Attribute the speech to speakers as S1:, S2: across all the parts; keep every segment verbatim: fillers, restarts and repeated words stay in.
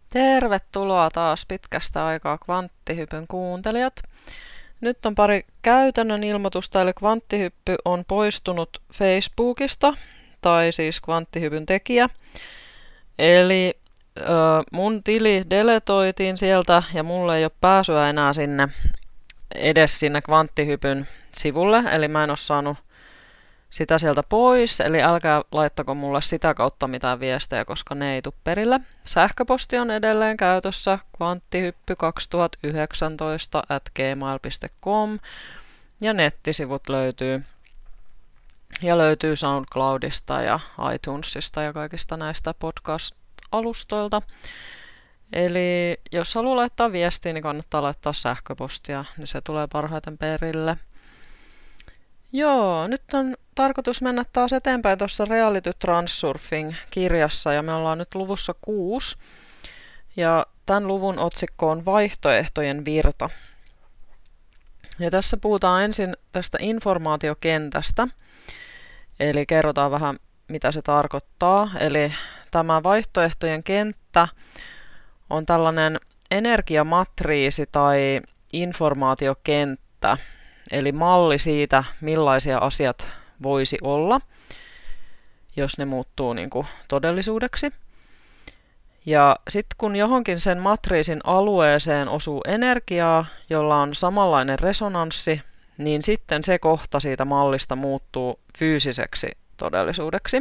S1: Tervetuloa taas pitkästä aikaa Kvanttihypyn kuuntelijat. Nyt on pari käytännön ilmoitusta, eli Kvanttihyppy on poistunut Facebookista, tai siis Kvanttihypyn tekijä. Eli ö, mun tili deletoitiin sieltä ja mulle ei ole pääsyä enää sinne edes sinne Kvanttihypyn sivulle, eli mä en ole saanut sitä sieltä pois, eli älkää laittako mulle sitä kautta mitään viestejä, koska ne ei tule perille. Sähköposti on edelleen käytössä kvanttihyppy kaksituhattayhdeksäntoista at gmail piste com ja nettisivut löytyy. Ja löytyy SoundCloudista ja iTunesista ja kaikista näistä podcast-alustoilta. Eli jos haluaa laittaa viestiä, niin kannattaa laittaa sähköpostia, niin se tulee parhaiten perille. Joo, nyt on tarkoitus mennä taas eteenpäin tuossa Reality Transurfing-kirjassa ja me ollaan nyt luvussa kuusi. Ja tämän luvun otsikko on Vaihtoehtojen virta. Ja tässä puhutaan ensin tästä informaatiokentästä, eli kerrotaan vähän mitä se tarkoittaa. Eli tämä vaihtoehtojen kenttä on tällainen energiamatriisi tai informaatiokenttä, eli malli siitä, millaisia asiat voisi olla, jos ne muuttuu niin kuin todellisuudeksi. Ja sitten kun johonkin sen matriisin alueeseen osuu energiaa, jolla on samanlainen resonanssi, niin sitten se kohta siitä mallista muuttuu fyysiseksi todellisuudeksi.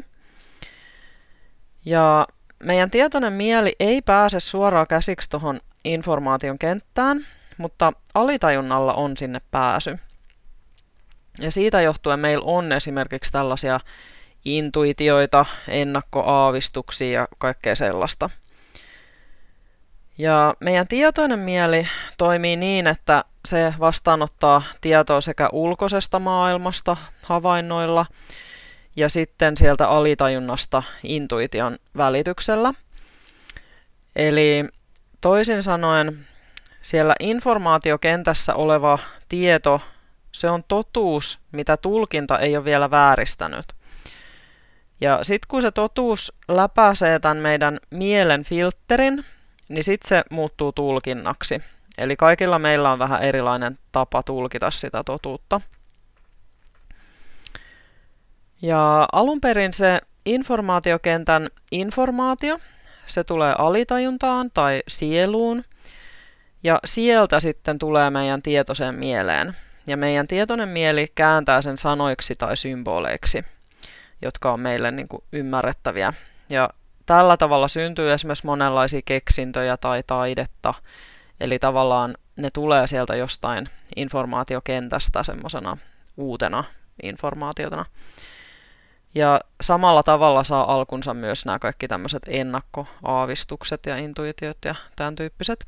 S1: Ja meidän tietoinen mieli ei pääse suoraan käsiksi tuohon informaation kenttään, mutta alitajunnalla on sinne pääsy. Ja siitä johtuen meillä on esimerkiksi tällaisia intuitioita, ennakkoaavistuksia ja kaikkea sellaista. Ja meidän tietoinen mieli toimii niin, että se vastaanottaa tietoa sekä ulkoisesta maailmasta havainnoilla ja sitten sieltä alitajunnasta intuition välityksellä. Eli toisin sanoen siellä informaatiokentässä oleva tieto, se on totuus, mitä tulkinta ei ole vielä vääristänyt. Ja sitten kun se totuus läpäisee tämän meidän mielen filtterin, niin sitten se muuttuu tulkinnaksi. Eli kaikilla meillä on vähän erilainen tapa tulkita sitä totuutta. Ja alun perin se informaatiokentän informaatio, se tulee alitajuntaan tai sieluun, ja sieltä sitten tulee meidän tietoiseen mieleen. Ja meidän tietoinen mieli kääntää sen sanoiksi tai symboleiksi, jotka on meille niin kuin ymmärrettäviä. Ja tällä tavalla syntyy esimerkiksi monenlaisia keksintöjä tai taidetta. Eli tavallaan ne tulee sieltä jostain informaatiokentästä semmoisena uutena informaatiotena. Ja samalla tavalla saa alkunsa myös nämä kaikki tämmöiset ennakkoaavistukset ja intuitiot ja tämän tyyppiset.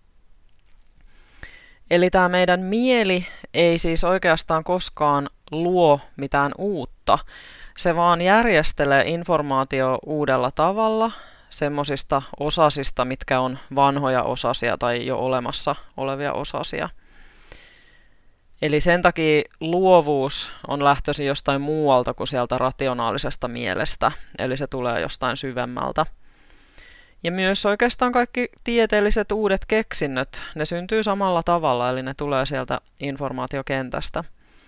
S1: Eli tämä meidän mieli ei siis oikeastaan koskaan luo mitään uutta. Se vaan järjestelee informaatio uudella tavalla semmoisista osasista, mitkä on vanhoja osasia tai jo olemassa olevia osasia. Eli sen takia luovuus on lähtöisin jostain muualta kuin sieltä rationaalisesta mielestä, eli se tulee jostain syvemmältä. Ja myös oikeastaan kaikki tieteelliset uudet keksinnöt, ne syntyy samalla tavalla, eli ne tulee sieltä informaatiokentästä.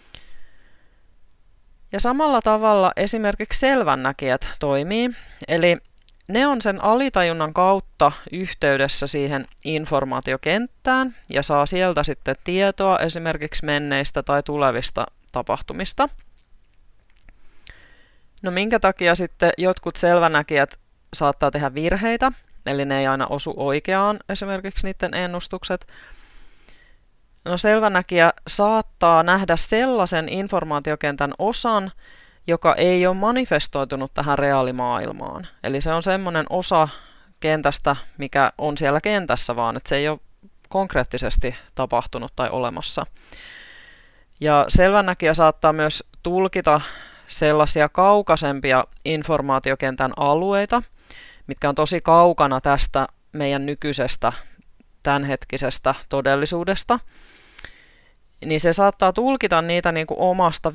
S1: Ja samalla tavalla esimerkiksi selvännäkijät toimii, eli ne on sen alitajunnan kautta yhteydessä siihen informaatiokenttään ja saa sieltä sitten tietoa esimerkiksi menneistä tai tulevista tapahtumista. No minkä takia sitten jotkut selvänäkijät saattaa tehdä virheitä, eli ne ei aina osu oikeaan esimerkiksi niiden ennustukset. No selvänäkijä saattaa nähdä sellaisen informaatiokentän osan, joka ei ole manifestoitunut tähän reaalimaailmaan. Eli se on semmoinen osa kentästä, mikä on siellä kentässä vaan, että se ei ole konkreettisesti tapahtunut tai olemassa. Ja selvänäkijä saattaa myös tulkita sellaisia kaukaisempia informaatiokentän alueita, mitkä on tosi kaukana tästä meidän nykyisestä tämänhetkisestä todellisuudesta, niin se saattaa tulkita niitä niin kuin omasta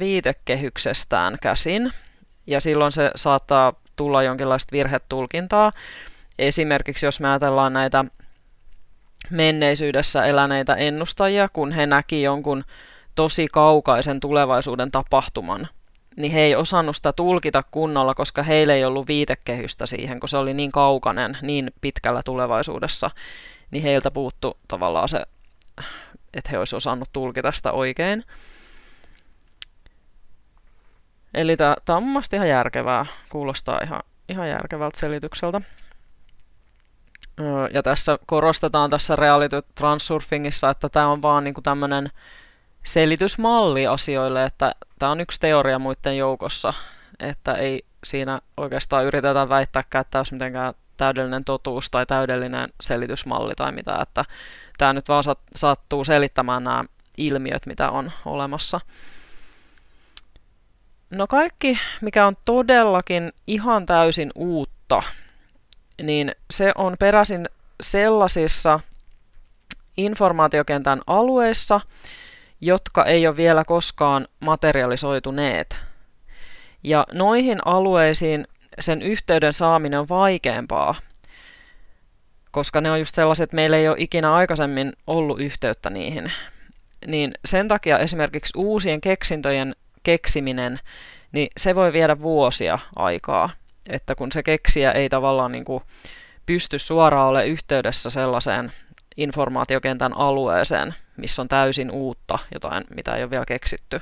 S1: viitekehyksestään käsin, ja silloin se saattaa tulla jonkinlaista virhetulkintaa. Esimerkiksi jos me ajatellaan näitä menneisyydessä eläneitä ennustajia, kun he näki jonkun tosi kaukaisen tulevaisuuden tapahtuman, niin he ei osannut sitä tulkita kunnolla, koska heillä ei ollut viitekehystä siihen, kun se oli niin kaukainen, niin pitkällä tulevaisuudessa, niin heiltä puuttu tavallaan se, että he olisivat osannut tulkita sitä oikein. Eli tämä on mun mielestä ihan järkevää, kuulostaa ihan, ihan järkevältä selitykseltä. Ja tässä korostetaan tässä reality transurfingissa, että tämä on vaan niinku tämmöinen selitysmalli asioille, että tämä on yksi teoria muiden joukossa, että ei siinä oikeastaan yritetä väittääkään, että tämä olisi mitenkään täydellinen totuus tai täydellinen selitysmalli tai mitä, että tämä nyt vaan sattuu selittämään nämä ilmiöt, mitä on olemassa. No kaikki, mikä on todellakin ihan täysin uutta, niin se on peräisin sellaisissa informaatiokentän alueissa, jotka ei ole vielä koskaan materialisoituneet. Ja noihin alueisiin sen yhteyden saaminen on vaikeampaa, koska ne on just sellaiset, että meillä ei ole ikinä aikaisemmin ollut yhteyttä niihin. Niin sen takia esimerkiksi uusien keksintöjen keksiminen, niin se voi viedä vuosia aikaa. Että kun se keksijä ei tavallaan niin kuin pysty suoraan olemaan yhteydessä sellaiseen informaatiokentän alueeseen, missä on täysin uutta, jotain, mitä ei ole vielä keksitty.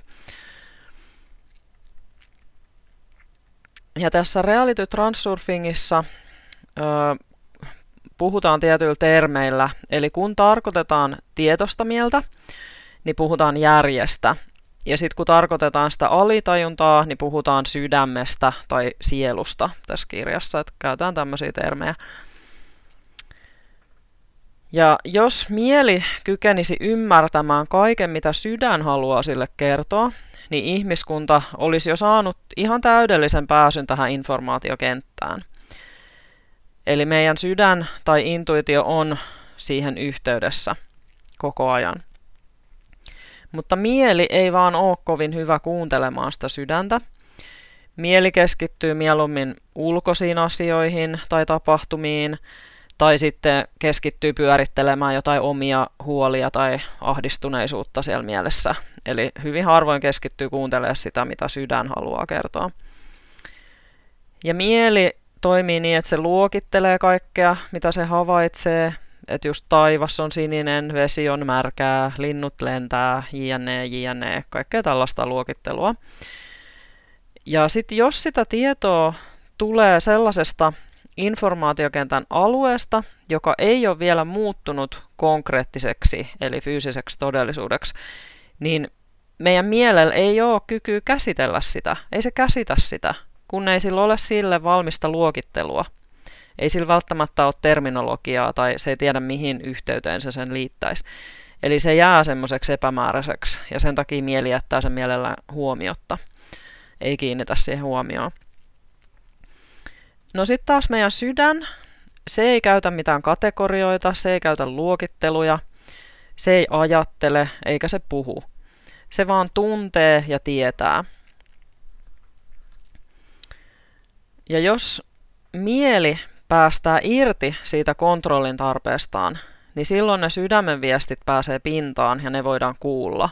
S1: Ja tässä reality transurfingissa ö, puhutaan tietyillä termeillä, eli kun tarkoitetaan tietoista mieltä, niin puhutaan järjestä. Ja sitten kun tarkoitetaan sitä alitajuntaa, niin puhutaan sydämestä tai sielusta tässä kirjassa, että käytetään tämmöisiä termejä. Ja jos mieli kykenisi ymmärtämään kaiken, mitä sydän haluaa sille kertoa, niin ihmiskunta olisi jo saanut ihan täydellisen pääsyn tähän informaatiokenttään. Eli meidän sydän tai intuitio on siihen yhteydessä koko ajan. Mutta mieli ei vaan ole kovin hyvä kuuntelemaan sitä sydäntä. Mieli keskittyy mieluummin ulkoisiin asioihin tai tapahtumiin, tai sitten keskittyy pyörittelemään jotain omia huolia tai ahdistuneisuutta siellä mielessä. Eli hyvin harvoin keskittyy kuuntelemaan sitä, mitä sydän haluaa kertoa. Ja mieli toimii niin, että se luokittelee kaikkea, mitä se havaitsee. Että just taivas on sininen, vesi on märkää, linnut lentää, jne, jne, kaikkea tällaista luokittelua. Ja sitten jos sitä tietoa tulee sellaisesta informaatiokentän alueesta, joka ei ole vielä muuttunut konkreettiseksi, eli fyysiseksi todellisuudeksi, niin meidän mielellä ei ole kykyä käsitellä sitä, ei se käsitä sitä, kun ei sillä ole sille valmista luokittelua. Ei sillä välttämättä ole terminologiaa tai se ei tiedä mihin yhteyteen se sen liittäisi. Eli se jää semmoiseksi epämääräiseksi ja sen takia mieli jättää sen mielellään huomiotta. Ei kiinnitä siihen huomioon. No sitten taas meidän sydän, se ei käytä mitään kategorioita, se ei käytä luokitteluja, se ei ajattele eikä se puhu. Se vaan tuntee ja tietää. Ja jos mieli päästää irti siitä kontrollin tarpeestaan, niin silloin ne sydämen viestit pääsee pintaan ja ne voidaan kuulla.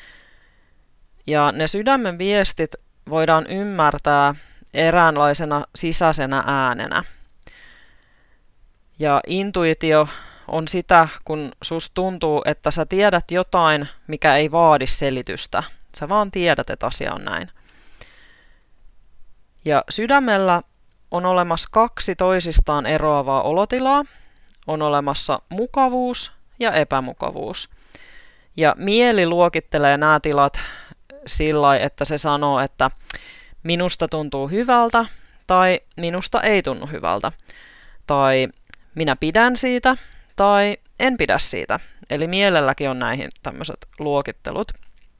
S1: Ja ne sydämen viestit voidaan ymmärtää eräänlaisena sisäisenä äänenä. Ja intuitio on sitä, kun susta tuntuu, että sä tiedät jotain, mikä ei vaadi selitystä. Sä vaan tiedät, että asia on näin. Ja sydämellä on olemassa kaksi toisistaan eroavaa olotilaa. On olemassa mukavuus ja epämukavuus. Ja mieli luokittelee nämä tilat sillä lailla, että se sanoo, että minusta tuntuu hyvältä tai minusta ei tunnu hyvältä. Tai minä pidän siitä tai en pidä siitä. Eli mielelläkin on näihin tämmöiset luokittelut.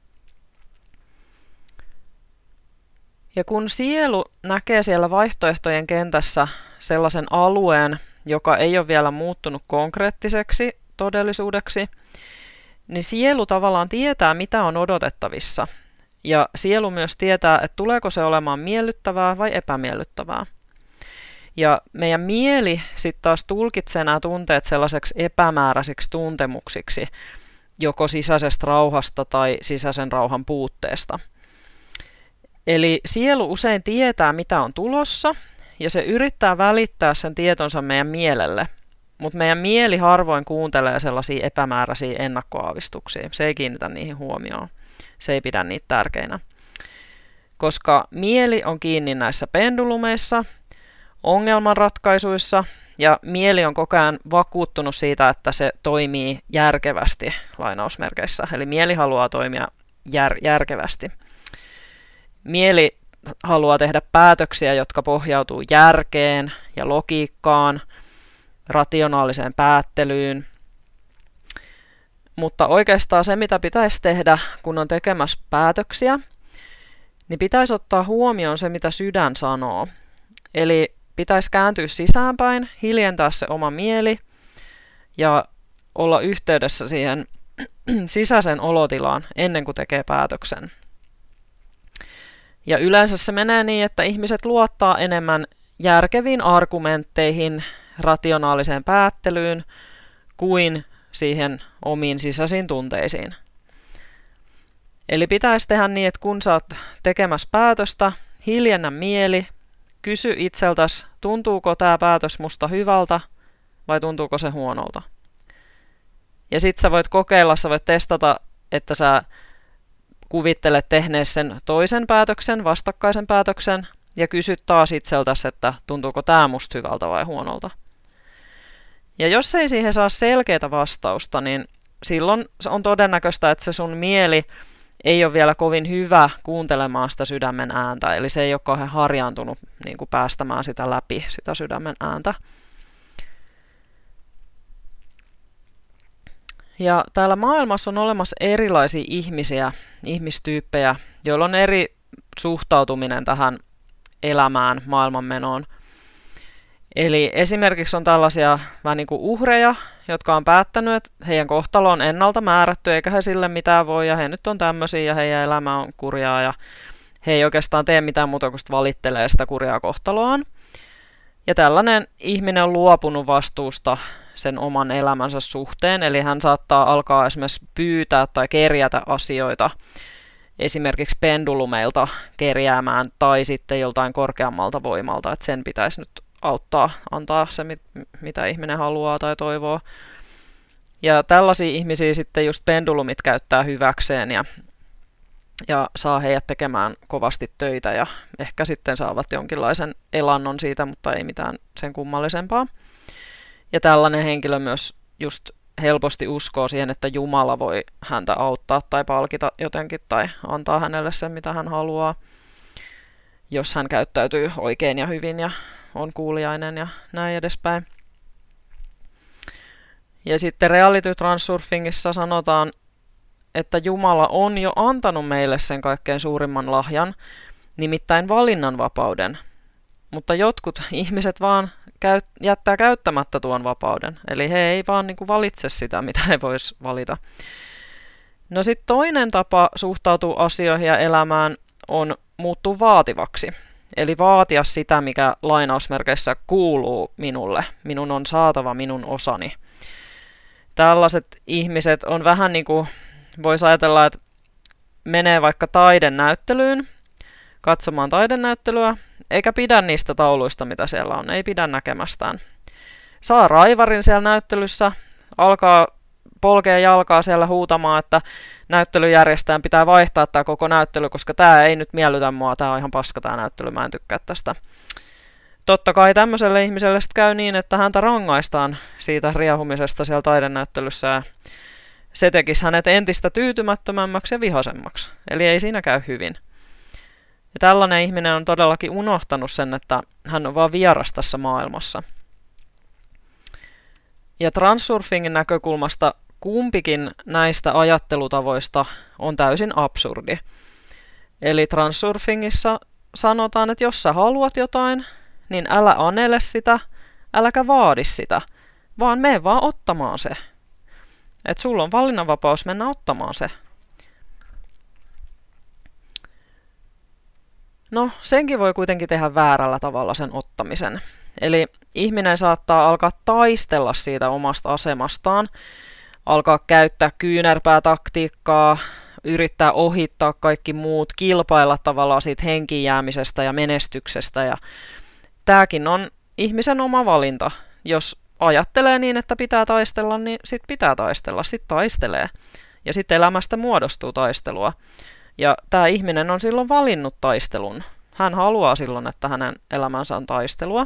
S1: Ja kun sielu näkee siellä vaihtoehtojen kentässä sellaisen alueen, joka ei ole vielä muuttunut konkreettiseksi todellisuudeksi, niin sielu tavallaan tietää, mitä on odotettavissa. Ja sielu myös tietää, että tuleeko se olemaan miellyttävää vai epämiellyttävää. Ja meidän mieli sitten taas tulkitsee nämä tunteet sellaiseksi epämääräisiksi tuntemuksiksi, joko sisäisestä rauhasta tai sisäisen rauhan puutteesta. Eli sielu usein tietää, mitä on tulossa, ja se yrittää välittää sen tietonsa meidän mielelle, mutta meidän mieli harvoin kuuntelee sellaisia epämääräisiä ennakkoaavistuksia. Se ei kiinnitä niihin huomioon. Se ei pidä niitä tärkeinä. Koska mieli on kiinni näissä pendulumeissa, ongelmanratkaisuissa, ja mieli on koko ajan vakuuttunut siitä, että se toimii järkevästi lainausmerkeissä. Eli mieli haluaa toimia jär- järkevästi. Mieli haluaa tehdä päätöksiä, jotka pohjautuu järkeen ja logiikkaan, rationaaliseen päättelyyn. Mutta oikeastaan se, mitä pitäisi tehdä, kun on tekemässä päätöksiä, niin pitäisi ottaa huomioon se, mitä sydän sanoo. Eli pitäisi kääntyä sisäänpäin, hiljentää se oma mieli ja olla yhteydessä siihen sisäisen olotilaan ennen kuin tekee päätöksen. Ja yleensä se menee niin, että ihmiset luottaa enemmän järkeviin argumentteihin, rationaaliseen päättelyyn kuin siihen omiin sisäisiin tunteisiin. Eli pitäisi tehdä niin, että kun sä oot tekemässä päätöstä, hiljennä mieli, kysy itseltäsi, tuntuuko tämä päätös musta hyvältä vai tuntuuko se huonolta. Ja sit sä voit kokeilla, sä voit testata, että sä kuvittelet tehneesi sen toisen päätöksen, vastakkaisen päätöksen, ja kysyt taas itseltäsi, että tuntuuko tämä musta hyvältä vai huonolta. Ja jos ei siihen saa selkeää vastausta, niin silloin on todennäköistä, että se sun mieli ei ole vielä kovin hyvä kuuntelemaan sitä sydämen ääntä, eli se ei ole kauhean harjaantunut niin kuin päästämään sitä läpi, sitä sydämen ääntä. Ja täällä maailmassa on olemassa erilaisia ihmisiä, ihmistyyppejä, joilla on eri suhtautuminen tähän elämään, maailmanmenoon. Eli esimerkiksi on tällaisia vähän niin kuin uhreja, jotka on päättänyt, että heidän kohtalo on ennalta määrätty, eikä he sille mitään voi, ja he nyt on tämmöisiä, ja heidän elämä on kurjaa, ja he ei oikeastaan tee mitään muuta kuin valittelee sitä kurjaa kohtaloaan. Ja tällainen ihminen on luopunut vastuusta sen oman elämänsä suhteen, eli hän saattaa alkaa esimerkiksi pyytää tai kerjätä asioita, esimerkiksi pendulumeilta kerjäämään, tai sitten joltain korkeammalta voimalta, että sen pitäisi nyt auttaa, antaa se, mit, mitä ihminen haluaa tai toivoo. Ja tällaisia ihmisiä sitten just pendulumit käyttää hyväkseen ja, ja saa heidät tekemään kovasti töitä ja ehkä sitten saavat jonkinlaisen elannon siitä, mutta ei mitään sen kummallisempaa. Ja tällainen henkilö myös just helposti uskoo siihen, että Jumala voi häntä auttaa tai palkita jotenkin tai antaa hänelle sen, mitä hän haluaa, jos hän käyttäytyy oikein ja hyvin ja on kuuliainen ja näin edespäin. Ja sitten reality transurfingissa sanotaan, että Jumala on jo antanut meille sen kaikkein suurimman lahjan, nimittäin valinnanvapauden. Mutta jotkut ihmiset vaan käyt, jättää käyttämättä tuon vapauden. Eli he ei vaan niin kuin valitse sitä, mitä he vois valita. No sitten toinen tapa suhtautua asioihin ja elämään on muuttua vaativaksi. Eli vaatia sitä, mikä lainausmerkeissä kuuluu minulle. Minun on saatava minun osani. Tällaiset ihmiset on vähän niin kuin, voisi ajatella, että menee vaikka taidenäyttelyyn, katsomaan taidenäyttelyä, eikä pidä niistä tauluista, mitä siellä on, ei pidä näkemästään. Saa raivarin siellä näyttelyssä, alkaa polkea jalkaa siellä huutamaan, että näyttelyjärjestäjän pitää vaihtaa tämä koko näyttely, koska tämä ei nyt miellytä mua, tämä on ihan paska tämä näyttely, mä en tykkää tästä. Totta kai tämmöiselle ihmiselle sitten käy niin, että häntä rangaistaan siitä riehumisesta siellä taidenäyttelyssä ja se tekisi hänet entistä tyytymättömämmäksi ja vihasemmaksi. Eli ei siinä käy hyvin. Ja tällainen ihminen on todellakin unohtanut sen, että hän on vaan vieras tässä maailmassa. Ja transurfingin näkökulmasta kumpikin näistä ajattelutavoista on täysin absurdi. Eli transurfingissa sanotaan, että jos sä haluat jotain, niin älä anele sitä, äläkä vaadi sitä, vaan mene vaan ottamaan se. Että sulla on valinnanvapaus mennä ottamaan se. No, senkin voi kuitenkin tehdä väärällä tavalla sen ottamisen. Eli ihminen saattaa alkaa taistella siitä omasta asemastaan, alkaa käyttää kyynärpäätaktiikkaa, yrittää ohittaa kaikki muut, kilpailla tavallaan siitä henkiin jäämisestä ja menestyksestä. Ja tämäkin on ihmisen oma valinta. Jos ajattelee niin, että pitää taistella, niin sit pitää taistella, sit taistelee. Ja sitten elämästä muodostuu taistelua. Ja tämä ihminen on silloin valinnut taistelun. Hän haluaa silloin, että hänen elämänsä on taistelua.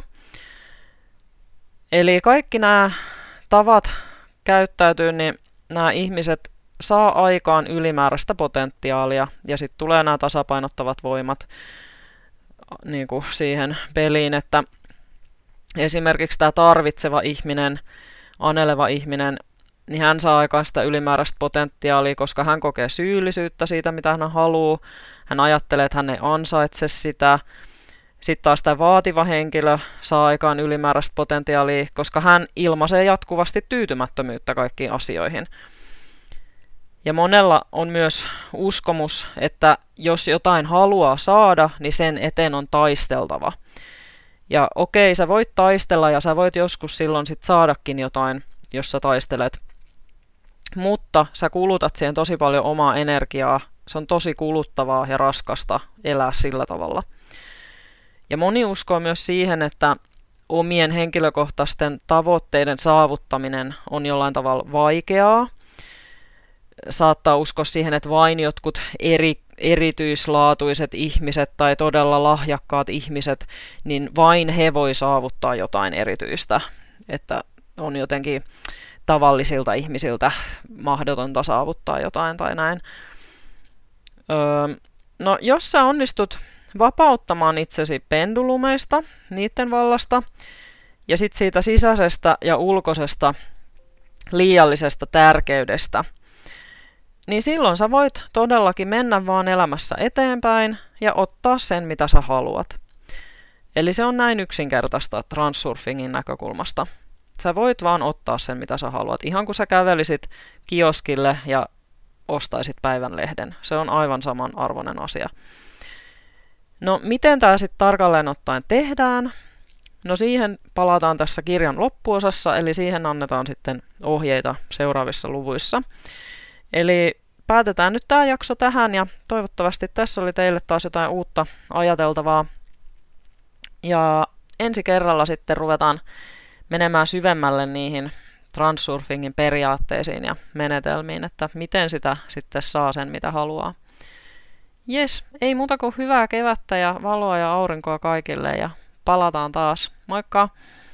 S1: Eli kaikki nämä tavat käyttäytyy, niin nämä ihmiset saa aikaan ylimääräistä potentiaalia ja sitten tulee nämä tasapainottavat voimat niin kuin siihen peliin, että esimerkiksi tämä tarvitseva ihminen, aneleva ihminen, niin hän saa aikaan sitä ylimääräistä potentiaalia, koska hän kokee syyllisyyttä siitä, mitä hän haluaa. Hän ajattelee, että hän ei ansaitse sitä. Sitten taas tämä vaativa henkilö saa aikaan ylimääräistä potentiaalia, koska hän ilmaisee jatkuvasti tyytymättömyyttä kaikkiin asioihin. Ja monella on myös uskomus, että jos jotain haluaa saada, niin sen eteen on taisteltava. Ja okei, sä voit taistella ja sä voit joskus silloin sit saadakin jotain, jos sä taistelet. Mutta sä kulutat siihen tosi paljon omaa energiaa. Se on tosi kuluttavaa ja raskasta elää sillä tavalla. Ja moni uskoo myös siihen, että omien henkilökohtaisten tavoitteiden saavuttaminen on jollain tavalla vaikeaa. Saattaa uskoa siihen, että vain jotkut eri, erityislaatuiset ihmiset tai todella lahjakkaat ihmiset, niin vain he voi saavuttaa jotain erityistä. Että on jotenkin tavallisilta ihmisiltä mahdotonta saavuttaa jotain tai näin. Öö, no jos sä onnistut vapauttamaan itsesi pendulumeista, niiden vallasta, ja sitten siitä sisäisestä ja ulkoisesta liiallisesta tärkeydestä, niin silloin sä voit todellakin mennä vaan elämässä eteenpäin ja ottaa sen, mitä sä haluat. Eli se on näin yksinkertaista Transurfingin näkökulmasta. Sä voit vaan ottaa sen, mitä sä haluat. Ihan kun sä kävelisit kioskille ja ostaisit päivänlehden. Se on aivan saman arvoinen asia. No miten tämä sitten tarkalleen ottaen tehdään? No siihen palataan tässä kirjan loppuosassa, eli siihen annetaan sitten ohjeita seuraavissa luvuissa. Eli päätetään nyt tämä jakso tähän ja toivottavasti tässä oli teille taas jotain uutta ajateltavaa. Ja ensi kerralla sitten ruvetaan menemään syvemmälle niihin Transurfingin periaatteisiin ja menetelmiin, että miten sitä sitten saa sen, mitä haluaa. Jes, ei muuta kuin hyvää kevättä ja valoa ja aurinkoa kaikille ja palataan taas. Moikka!